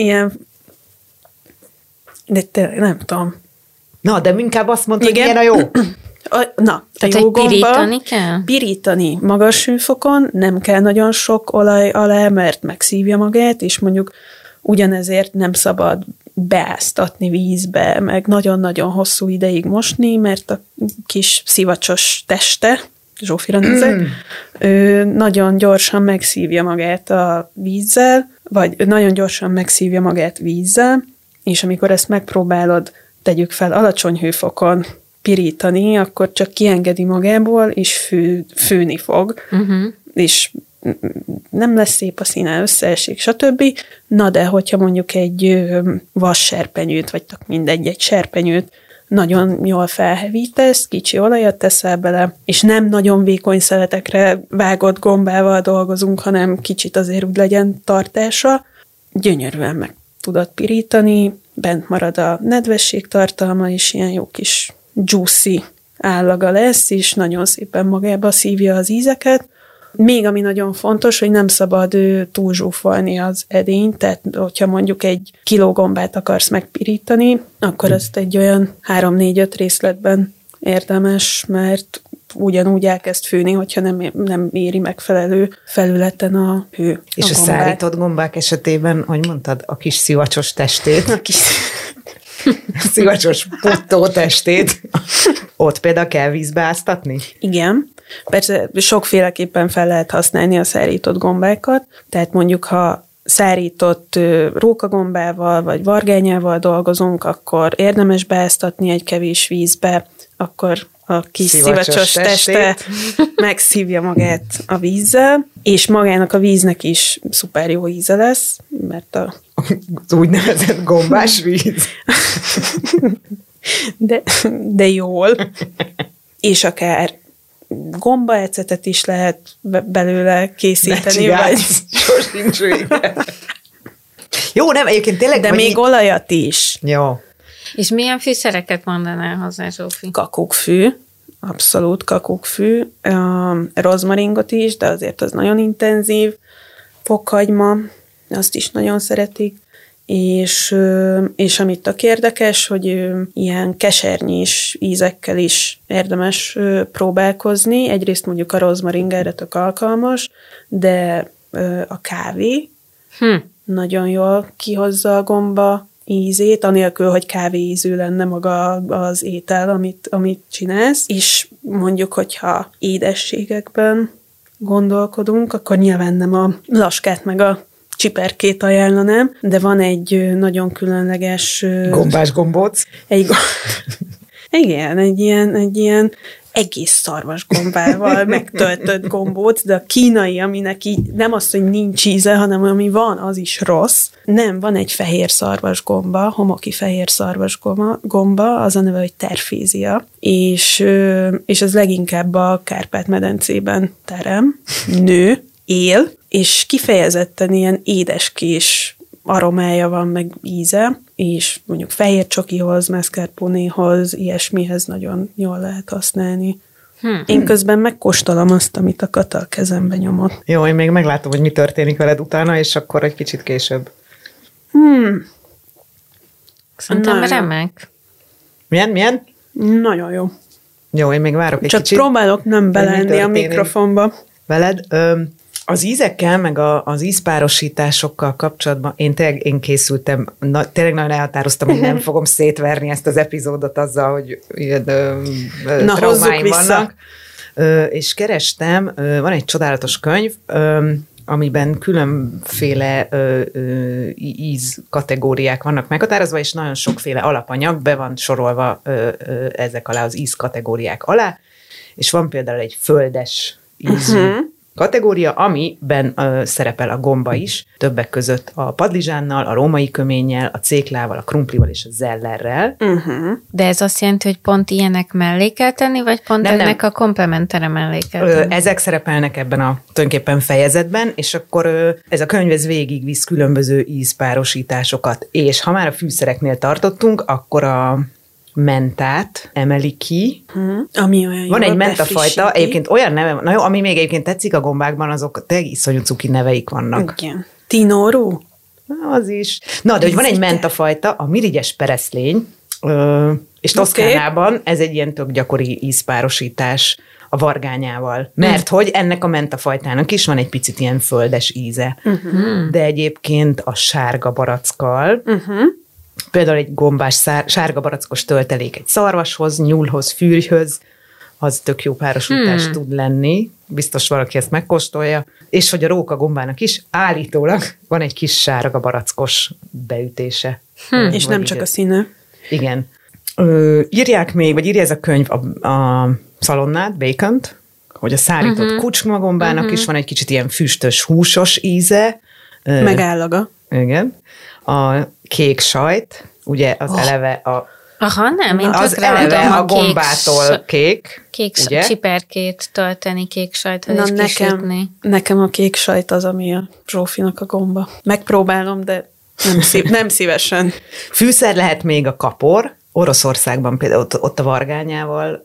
de tényleg nem tudom. Na, de inkább azt mondta, hogy milyen a jó. Tehát, hogy pirítani kell? Pirítani magas hőfokon, nem kell nagyon sok olaj alá, mert megszívja magát, és mondjuk ugyanezért nem szabad beáztatni vízbe, meg nagyon-nagyon hosszú ideig mosni, mert a kis szivacsos teste, Zsófira nézek, nagyon gyorsan megszívja magát a vízzel, vagy nagyon gyorsan megszívja magát vízzel, és amikor ezt megpróbálod, tegyük fel alacsony hőfokon pirítani, akkor csak kiengedi magából, és főni fog, és nem lesz szép a színe, összeesik, stb. Na de, hogyha mondjuk egy vasserpenyőt, vagy tök mindegy, egy serpenyőt nagyon jól felhevítesz, kicsi olajat teszel bele, és nem nagyon vékony szeletekre vágott gombával dolgozunk, hanem kicsit azért úgy legyen tartása, gyönyörűen meg tudod pirítani, bent marad a nedvesség tartalma, és ilyen jó kis juicy állaga lesz, és nagyon szépen magába szívja az ízeket. Még ami nagyon fontos, hogy nem szabad túlzsúfolni az edényt, tehát hogyha mondjuk egy kiló gombát akarsz megpirítani, akkor ezt egy olyan 3-4-5 részletben érdemes, mert ugyanúgy elkezd főni, hogyha nem éri megfelelő felületen a hő. És a szárított gombák esetében, hogy mondtad, a kis szivacsos testét, a szivacsos puttó testét, ott például kell vízbe áztatni? Igen. Persze sokféleképpen fel lehet használni a szárított gombákat, tehát mondjuk ha szárított rókagombával vagy vargányával dolgozunk, akkor érdemes beáztatni egy kevés vízbe, akkor a kis szivacsos teste megszívja magát a vízzel, és magának a víznek is szuper jó íze lesz, mert az úgynevezett gombás víz. De jól. És akár gombaecetet is lehet belőle készíteni. Vagy... Sosincs vége. Jó, nem, egyébként tényleg... De még olajat is. Jó. És milyen fűszereket mondanál hozzá, Zsófi? Kakukkfű, abszolút kakukkfű, rozmaringot is, de azért az nagyon intenzív, fokhagyma, azt is nagyon szeretik, és amit tök érdekes, hogy ilyen kesernyés ízekkel is érdemes próbálkozni. Egyrészt mondjuk a rozmaring erre tök alkalmas, de a kávé nagyon jól kihozza a gomba ízét, anélkül, hogy kávéízű lenne maga az étel, amit csinálsz. És mondjuk, hogyha édességekben gondolkodunk, akkor nyilván nem a laskát meg a csiperkét ajánlanám, de van egy nagyon különleges... Gombás gombóc? Igen, egy ilyen egész szarvasgombával megtöltött gombóc, de a kínai, aminek így nem az, hogy nincs íze, hanem ami van, az is rossz. Nem, van egy fehér szarvasgomba, homoki fehér szarvasgomba, az a neve, hogy terfézia, és az leginkább a Kárpát-medencében terem, nő, él, és kifejezetten ilyen édeskés aromája van, meg íze, és mondjuk fehér csokihoz, mascarponéhoz, ilyesmihez nagyon jól lehet használni. Én közben megkóstolom azt, amit a Kata a kezembe nyomott. Jó, én még meglátom, hogy mi történik veled utána, és akkor egy kicsit később Szerintem Nagyon. remek. Milyen? Nagyon jó. Jó, én még várok egy Csak kicsit. próbálok nem belenni a mikrofonba. Veled. Az ízekkel, meg az ízpárosításokkal kapcsolatban én készültem, tényleg nagyon elhatároztam, hogy nem fogom szétverni ezt az epizódot azzal, hogy ilyen traumáim vannak. És kerestem, van egy csodálatos könyv, amiben különféle íz kategóriák vannak meghatározva, és nagyon sokféle alapanyag be van sorolva ezek alá, az íz kategóriák alá, és van például egy földes ízű kategória, amiben szerepel a gomba is, többek között a padlizsánnal, a római köménnyel, a céklával, a krumplival és a zellerrel. De ez azt jelenti, hogy pont ilyenek mellé kell tenni, vagy pont ennek a komplementere mellé kell tenni? Ezek szerepelnek ebben a tulajdonképpen fejezetben, és akkor ez a könyv ez végigvisz különböző ízpárosításokat, és ha már a fűszereknél tartottunk, akkor a mentát emeli ki. Ami olyan Van jól egy mentafajta, befrissíti. egyébként olyan neve, na jó, ami még egyébként tetszik a gombákban, azok tényleg iszonyú cuki neveik vannak. Igen. Tinoru? Az is. Na, de hogy van egy mentafajta, a mirigyes pereszlény, és Toszkánában ez egy ilyen tök gyakori ízpárosítás a vargányával. Mert hogy ennek a mentafajtának is van egy picit ilyen földes íze. De egyébként a sárga barackkal, például egy gombás sárga barackos töltelék egy szarvashoz, nyúlhoz, fűrjhöz, az tök jó párosítás tud lenni. Biztos valaki ezt megkóstolja. És hogy a róka gombának is állítólag van egy kis sárga barackos beütése. És nem csak a színe. Igen. Írják még, vagy írja ez a könyv a szalonnát, bacont, hogy a szárított kucsmagombának is van egy kicsit ilyen füstös, húsos íze. Megállaga. Igen. A kék sajt, ugye az eleve a... Aha, nem, én az eleve a gombától kék. Kék ugye? csiperkét tölteni, kék sajthoz és kisütni. Nekem a kék sajt az, ami a Zsófinak a gomba. Megpróbálom, de nem szívesen. Fűszer lehet még a kapor. Oroszországban például ott a vargányával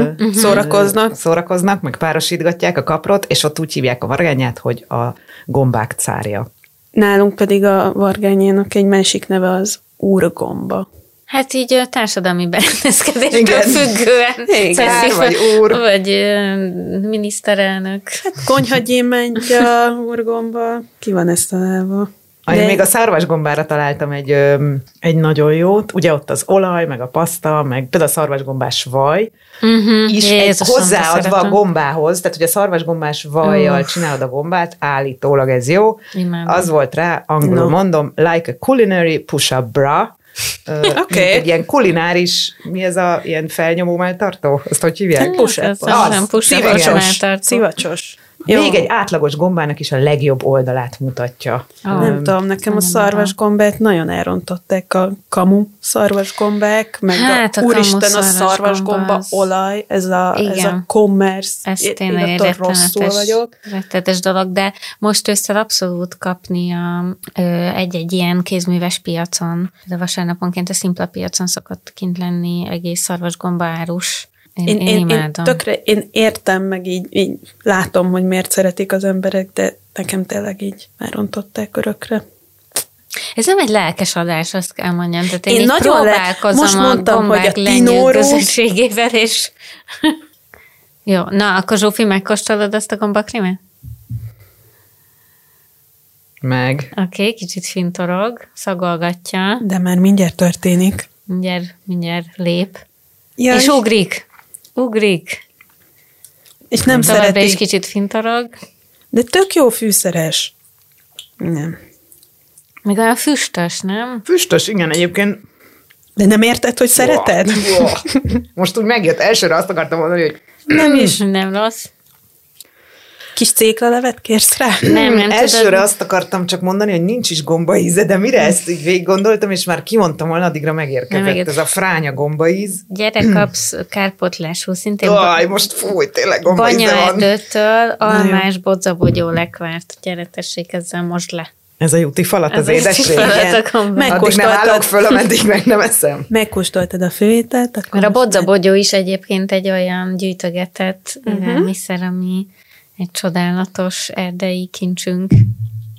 szórakoznak, meg párosítgatják a kaprot, és ott úgy hívják a vargányát, hogy a gombák cárja. Nálunk pedig a vargányának egy másik neve az úrgomba. Hát így a társadalmi berendezkedéstől függően. Cár vagy úr. Vagy miniszterelnök. Hát konyhagyémántja, úrgomba. Ki van ezt találva? Én még a szarvasgombára találtam egy nagyon jót, ugye ott az olaj, meg a paszta, meg például a szarvasgombás vaj, és hozzáadva a gombához, tehát hogy a szarvasgombás vajjal csinálod a gombát, állítólag ez jó. Imádom. Az volt rá, angolul mondom, like a culinary push-up bra, egy ilyen kulináris, mi ez a ilyen felnyomó melltartó? Azt hogy hívják? Push-up. Szivacsos. Még egy átlagos gombának is a legjobb oldalát mutatja. Nem tudom, nekem a szarvasgombát nagyon elrontották a kamu szarvasgombák, meg úristen a szarvasgomba olaj, ez a commerce. Ez tényleg rettenetes dolog, de most ősszel abszolút kapni egy-egy ilyen kézműves piacon. De vasárnaponként a Szimpla piacon szokott kint lenni egész szarvasgomba árus. Én imádom. Én értem, meg így látom, hogy miért szeretik az emberek, de nekem tényleg így elrontották örökre. Ez nem egy lelkes adás, azt kell mondjam. Tehát én nagyon próbálkozom most mondtam, a gombák hogy a lenyűl közösségével, és... Jó, na, akkor Zsófi, megkóstolod azt a gombakrémet? Meg. Oké, kicsit fintorog, szagolgatja. De már mindjárt történik. Mindjárt lép. Ja, és ugrik. És nem továbbra szereti. is kicsit fintorog. De tök jó fűszeres. Nem. Még olyan füstös, nem? Füstös, igen, egyébként. De nem érted, hogy szereted? Most úgy megjött, elsőre azt akartam mondani, hogy Nem is. Nem rossz. Kis céklalevet kérsz rá? Nem elsőre tudod. azt akartam csak mondani, hogy nincs is gombaíze, de mire ezt így végig gondoltam, és már kimondtam volna, addigra megérkezett ez a fránya gombaíz. Gyere, kapsz kárpotlású, szintén Most fúj, tényleg gombaíze van. Banyaerdőtől almás bodzabogyó lekvárt. Gyere, tessék, ezzel most le. Ez a juti falat az édeség. Addig nem állok föl, ameddig meg nem eszem. Megkóstoltad a főételt? Akkor mert a bodzabogyó is egyébként egy olyan gyűjtögetett élelmiszer, ami egy csodálatos erdei kincsünk,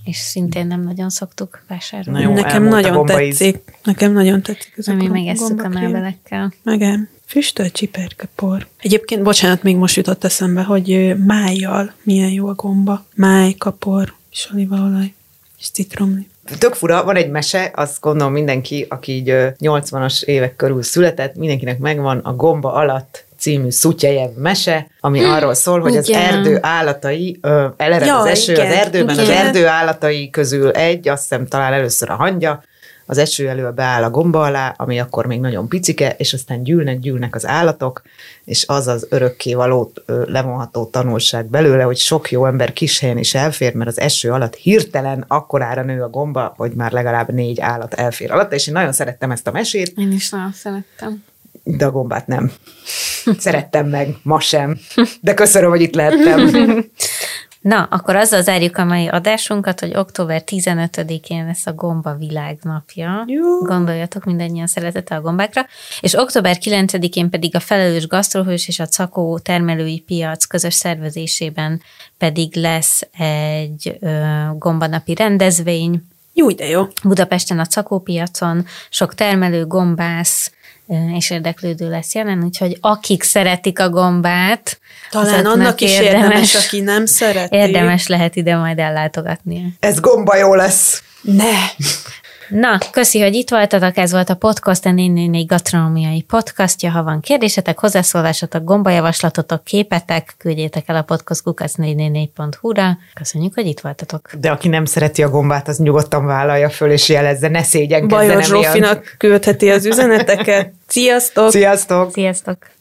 és szintén nem nagyon szoktuk vásárolni. Na jó, Nekem nagyon tetszik. Nekem nagyon tetszik ez a mi megesszük a gombakrém. májbelekkel. Igen. Füstölt csiperkepor. Egyébként, bocsánat, még most jutott eszembe, hogy májjal milyen jó a gomba. Máj, kapor, és olívaolaj, és citromlé. Tök fura, van egy mese, azt gondolom mindenki, aki így 80-as évek körül született, mindenkinek megvan a Gomba alatt című Szutyejev mese, ami arról szól, hogy az erdő állatai, elered az eső az erdőben, az erdő állatai közül egy, azt hiszem talán először a hangya, az eső elől beáll a gomba alá, ami akkor még nagyon picike, és aztán gyűlnek az állatok, és az az örökkévaló levonható tanulság belőle, hogy sok jó ember kis helyen is elfér, mert az eső alatt hirtelen akkorára nő a gomba, hogy már legalább 4 állat elfér alatt, és én nagyon szerettem ezt a mesét. Én is nagyon szerettem. De a gombát nem. Szerettem meg, ma sem. De köszönöm, hogy itt lehettem. Na, akkor azzal zárjuk a mai adásunkat, hogy október 15-én lesz a Gomba Világnapja. Jó. Gondoljatok mindannyian szeretettel a gombákra. És október 9-én pedig a Felelős Gasztrohős és a Cakó termelői piac közös szervezésében pedig lesz egy gombanapi rendezvény. Jó, de jó. Budapesten a Cakó piacon sok termelő, gombász és érdeklődő lesz jelen, úgyhogy akik szeretik a gombát, talán annak is érdemes, aki nem szereti. Érdemes lehet ide majd ellátogatni. Ez gomba jó lesz. Ne! Na, köszi, hogy itt voltatok, ez volt a Podcast, a 444 gasztronómiai podcastja. Ha van kérdésetek, hozzászólásotok, gombajavaslatotok, képetek, küldjétek el a podcast@444.hu-ra. Köszönjük, hogy itt voltatok. De aki nem szereti a gombát, az nyugodtan vállalja föl, és jelezze, ne szégyenkezzen. Bajor Zsófinak küldheti az üzeneteket. Sziasztok! Sziasztok! Sziasztok!